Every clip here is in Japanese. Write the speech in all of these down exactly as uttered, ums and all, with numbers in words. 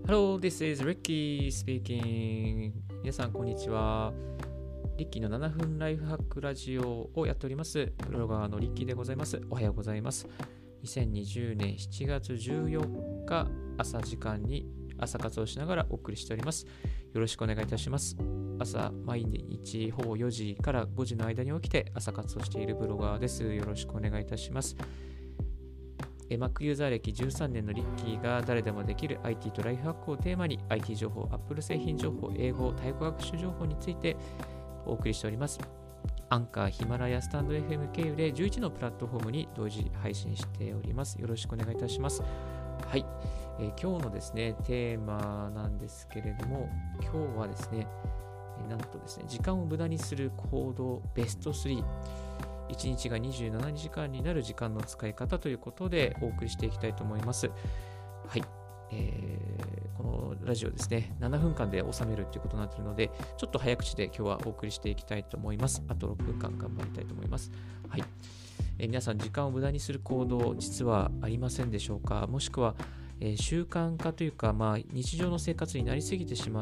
Hello, this is Ricky speaking. 皆さん、こんにちは。リッキーのななふんライフハックラジオをやっております。ブロガーのリッキーでございます。おはようございます。にせんにじゅうねんしちがつじゅうよっか、朝時間に朝活をしながらお送りしております。よろしくお願いいたします。朝、毎日ほぼよじからごじの間に起きて朝活をしているブロガーです。よろしくお願いいたします。Mac ユーザー歴じゅうさんねんのリッキーが誰でもできる アイティー とライフハックをテーマに アイティー 情報、Apple 製品情報、英語、タイ語学習情報についてお送りしております。アンカー、ヒマラヤ、スタンド エフエム 経由でじゅういちのプラットフォームに同時配信しております。よろしくお願いいたします。はい、えー、今日のですね、テーマなんですけれども、今日はですね、えー、なんとですね、時間を無駄にする行動ベストスリー。いちにちがにじゅうななじかんになる時間の使い方ということでお送りしていきたいと思います。はい、えー、このラジオですね、ななふんかんで収めるということになっているので、ちょっと早口で今日はお送りしていきたいと思います。あとろっぷんかん頑張りたいと思います。はい、えー、皆さん、時間を無駄にする行動、実はありませんでしょうか。もしくは、えー、習慣化というか、まあ、日常の生活になりすぎてしまって、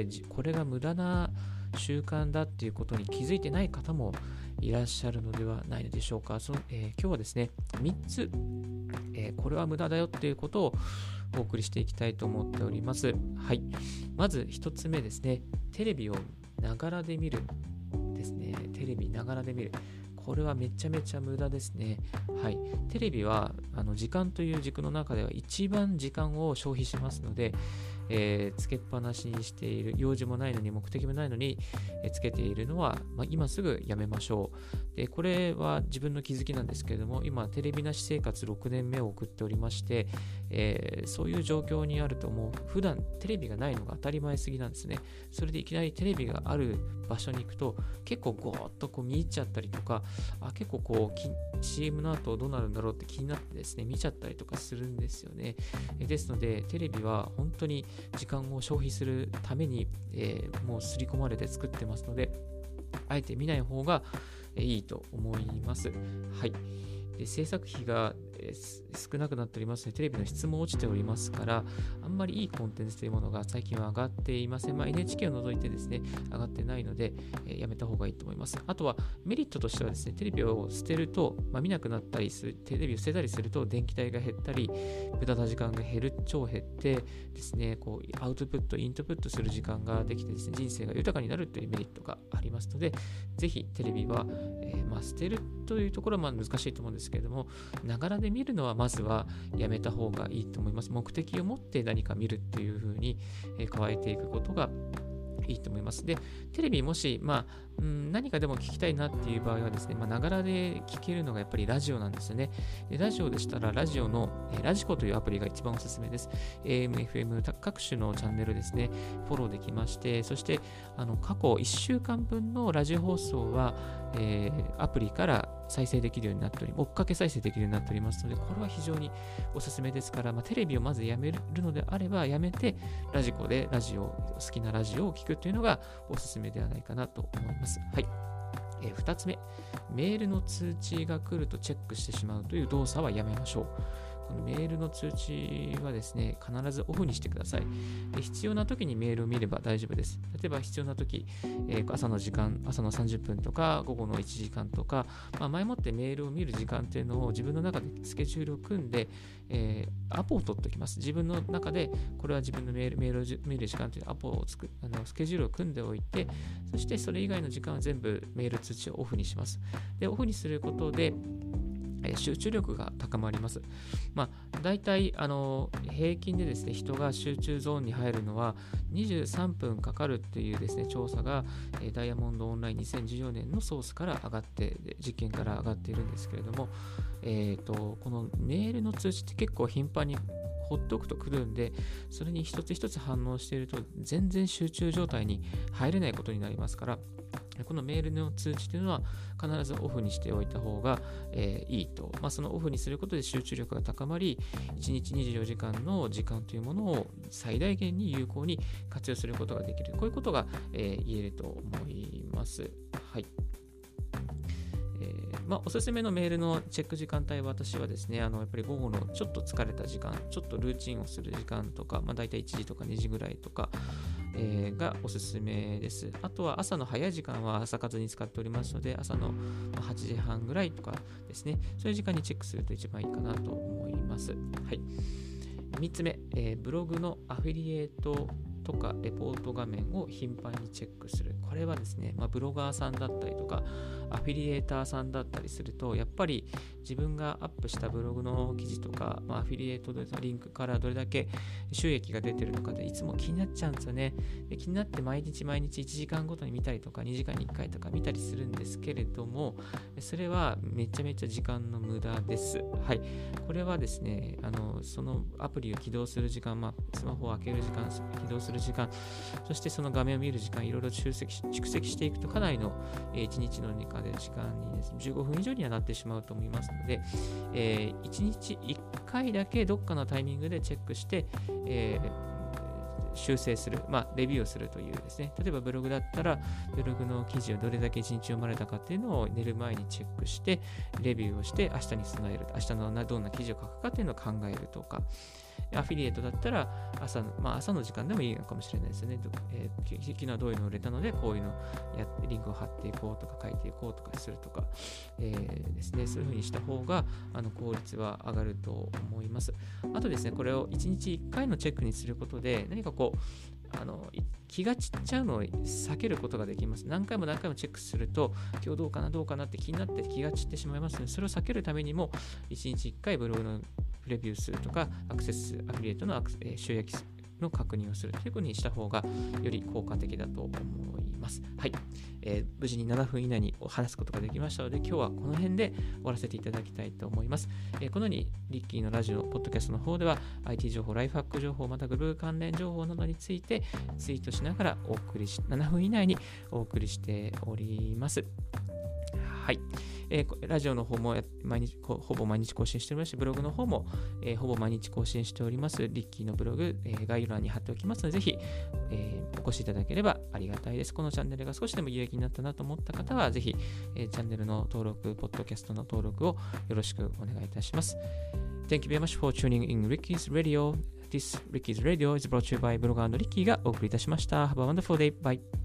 これが無駄な習慣だっていうことに気づいてない方もいらっしゃるのではないでしょうか。そのえー、今日はですね、みっつ、えー、これは無駄だよっていうことをお送りしていきたいと思っております。はい。まずひとつめですね、テレビをながらで見るですね。テレビながらで見る。これはめちゃめちゃ無駄ですね。はい。テレビはあの時間という軸の中では一番時間を消費しますので、えー、つけっぱなしにしている、用事もないのに目的もないのに、えー、つけているのは、まあ、今すぐやめましょう。で、これは自分の気づきなんですけれども、今テレビなし生活ろくねんめを送っておりまして、えー、そういう状況にあるともう普段テレビがないのが当たり前すぎなんですね。それでいきなりテレビがある場所に行くと結構ゴーッとこう見入っちゃったりとか、あ結構こう シーエム の後どうなるんだろうって気になってですね、見ちゃったりとかするんですよね。えですのでテレビは本当に時間を消費するために、えー、もう刷り込まれて作ってますので、あえて見ない方がいいと思います。はい。で、制作費が少なくなっておりますので、テレビの質も落ちておりますから、あんまりいいコンテンツというものが最近は上がっていません。まあ、エヌエイチケー を除いてですね、上がってないので、えー、やめた方がいいと思います。あとは、メリットとしてはですね、テレビを捨てると、まあ、見なくなったりする、テレビを捨てたりすると、電気代が減ったり、無駄な時間が減る、超減ってですね、こう、アウトプット、インプットする時間ができてですね、人生が豊かになるというメリットがありますので、ぜひテレビは、えー、まあ、捨てるというところはまあ難しいと思うんですけれども、ながらで見るのはまずはやめた方がいいと思います。目的を持って何か見るっていう風に変えていくことがいいと思います。で、テレビもし、まあ、うん、何かでも聞きたいなっていう場合はですね、まあ、ながらで聞けるのがやっぱりラジオなんですよね。でラジオでしたら、ラジオの、えー、ラジコというアプリが一番おすすめです。エーエム、エフエム、各種のチャンネルですね、フォローできまして、そして、あの、過去いっしゅうかんぶんのラジオ放送は、えー、アプリから再生できるようになっており、追っかけ再生できるようになっておりますので、これは非常におすすめですから、まあ、テレビをまずやめるのであれば、やめて、ラジコでラジオ、好きなラジオを聞くというのがおすすめではないかなと思います。はい。えー、ふたつめ、メールの通知が来るとチェックしてしまうという動作はやめましょう。このメールの通知はですね、必ずオフにしてください。で必要な時にメールを見れば大丈夫です。例えば必要な時、えー、朝の時間、朝のさんじゅっぷんとか、午後のいちじかんとか、まあ、前もってメールを見る時間っていうのを自分の中でスケジュールを組んで、えー、アポを取っておきます。自分の中で、これは自分のメール、メールを見る時間というアポを作あのスケジュールを組んでおいて、そしてそれ以外の時間は全部メール通知をオフにします。で、オフにすることで、集中力が高まります。まあ、大体あの平均でですね、人が集中ゾーンに入るのはにじゅうさんぷんかかるっていうですね、調査がダイヤモンドオンラインにせんじゅうよねんのソースから上がって、実験から上がっているんですけれども、えーと、このメールの通知って結構頻繁にほっとくと来るんで、それに一つ一つ反応していると全然集中状態に入れないことになりますから、このメールの通知というのは必ずオフにしておいた方が、えー、いいと、まあ、そのオフにすることで集中力が高まり、いちにちにじゅうよじかんの時間というものを最大限に有効に活用することができる。こういうことが、えー、言えると思います。はい。えーまあ、おすすめのメールのチェック時間帯は私はですね、あのやっぱり午後のちょっと疲れた時間、ちょっとルーチンをする時間とか、まあ、大体いちじとかにじぐらいとか、えー、がおすすめです。あとは朝の早い時間は朝活に使っておりますので、朝のはちじはんぐらいとかですね、そういう時間にチェックすると一番いいかなと思います。はい。みっつめ、えー、ブログのアフィリエイトとかレポート画面を頻繁にチェックする。これはですね、まあ、ブロガーさんだったりとかアフィリエーターさんだったりすると、やっぱり自分がアップしたブログの記事とか、まあ、アフィリエイトのリンクからどれだけ収益が出てるのかでいつも気になっちゃうんですよね。で気になって毎日毎日いちじかんごとに見たりとかにじかんにいっかいとか見たりするんですけれども、それはめちゃめちゃ時間の無駄です。はい。これはですね、あのそのアプリを起動する時間、まあ、スマホを開ける時間、起動する時間、そしてその画面を見る時間、いろいろ蓄積蓄積していくとかなりの、えー、いちにちの中で時間にですね、じゅうごふん以上にはなってしまうと思いますので、えー、いちにちいっかいだけどっかのタイミングでチェックして、えー修正する、まあ、レビューをするというですね、例えばブログだったら、ブログの記事をどれだけいちにち読まれたかっていうのを寝る前にチェックして、レビューをして、明日に備える、明日のどんな記事を書くかっていうのを考えるとか、アフィリエイトだったら朝、まあ、朝の時間でもいいのかもしれないですよね。えー、昨日はどういうのを売れたので、こういうのやってリンクを貼っていこうとか書いていこうとかするとか、えー、ですね、そういうふうにした方があの効率は上がると思います。あとですね、これをいちにちいっかいのチェックにすることで、何かこう、あの気が散っちゃうのを避けることができます。何回も何回もチェックすると、今日どうかなどうかなって気になって気が散ってしまいますので、それを避けるためにも、いちにちいっかいブログのレビューするとか、アクセス、アフィリエイトのアクセ、えー、収益の確認をするということにした方がより効果的だと思います。はい、えー。無事にななふん以内に話すことができましたので、今日はこの辺で終わらせていただきたいと思います。えー、このように、リッキーのラジオ、ポッドキャストの方では、アイティー 情報、ライフハック情報、またグループ関連情報などについてツイートしながらお送りし、ななふん以内にお送りしております。はい。えー、ラジオの方も毎日ほぼ毎日更新しておりますし、ブログの方も、えー、ほぼ毎日更新しております。リッキーのブログ、えー、概要欄に貼っておきますので、ぜひ、えー、お越しいただければありがたいです。このチャンネルが少しでも有益になったなと思った方は、ぜひ、えー、チャンネルの登録、ポッドキャストの登録をよろしくお願いいたします。Thank you very much for tuning in Ricky's Radio. This Ricky's Radio is brought to you by ブロガーのリッキーがお送りいたしました。Have a wonderful day. Bye.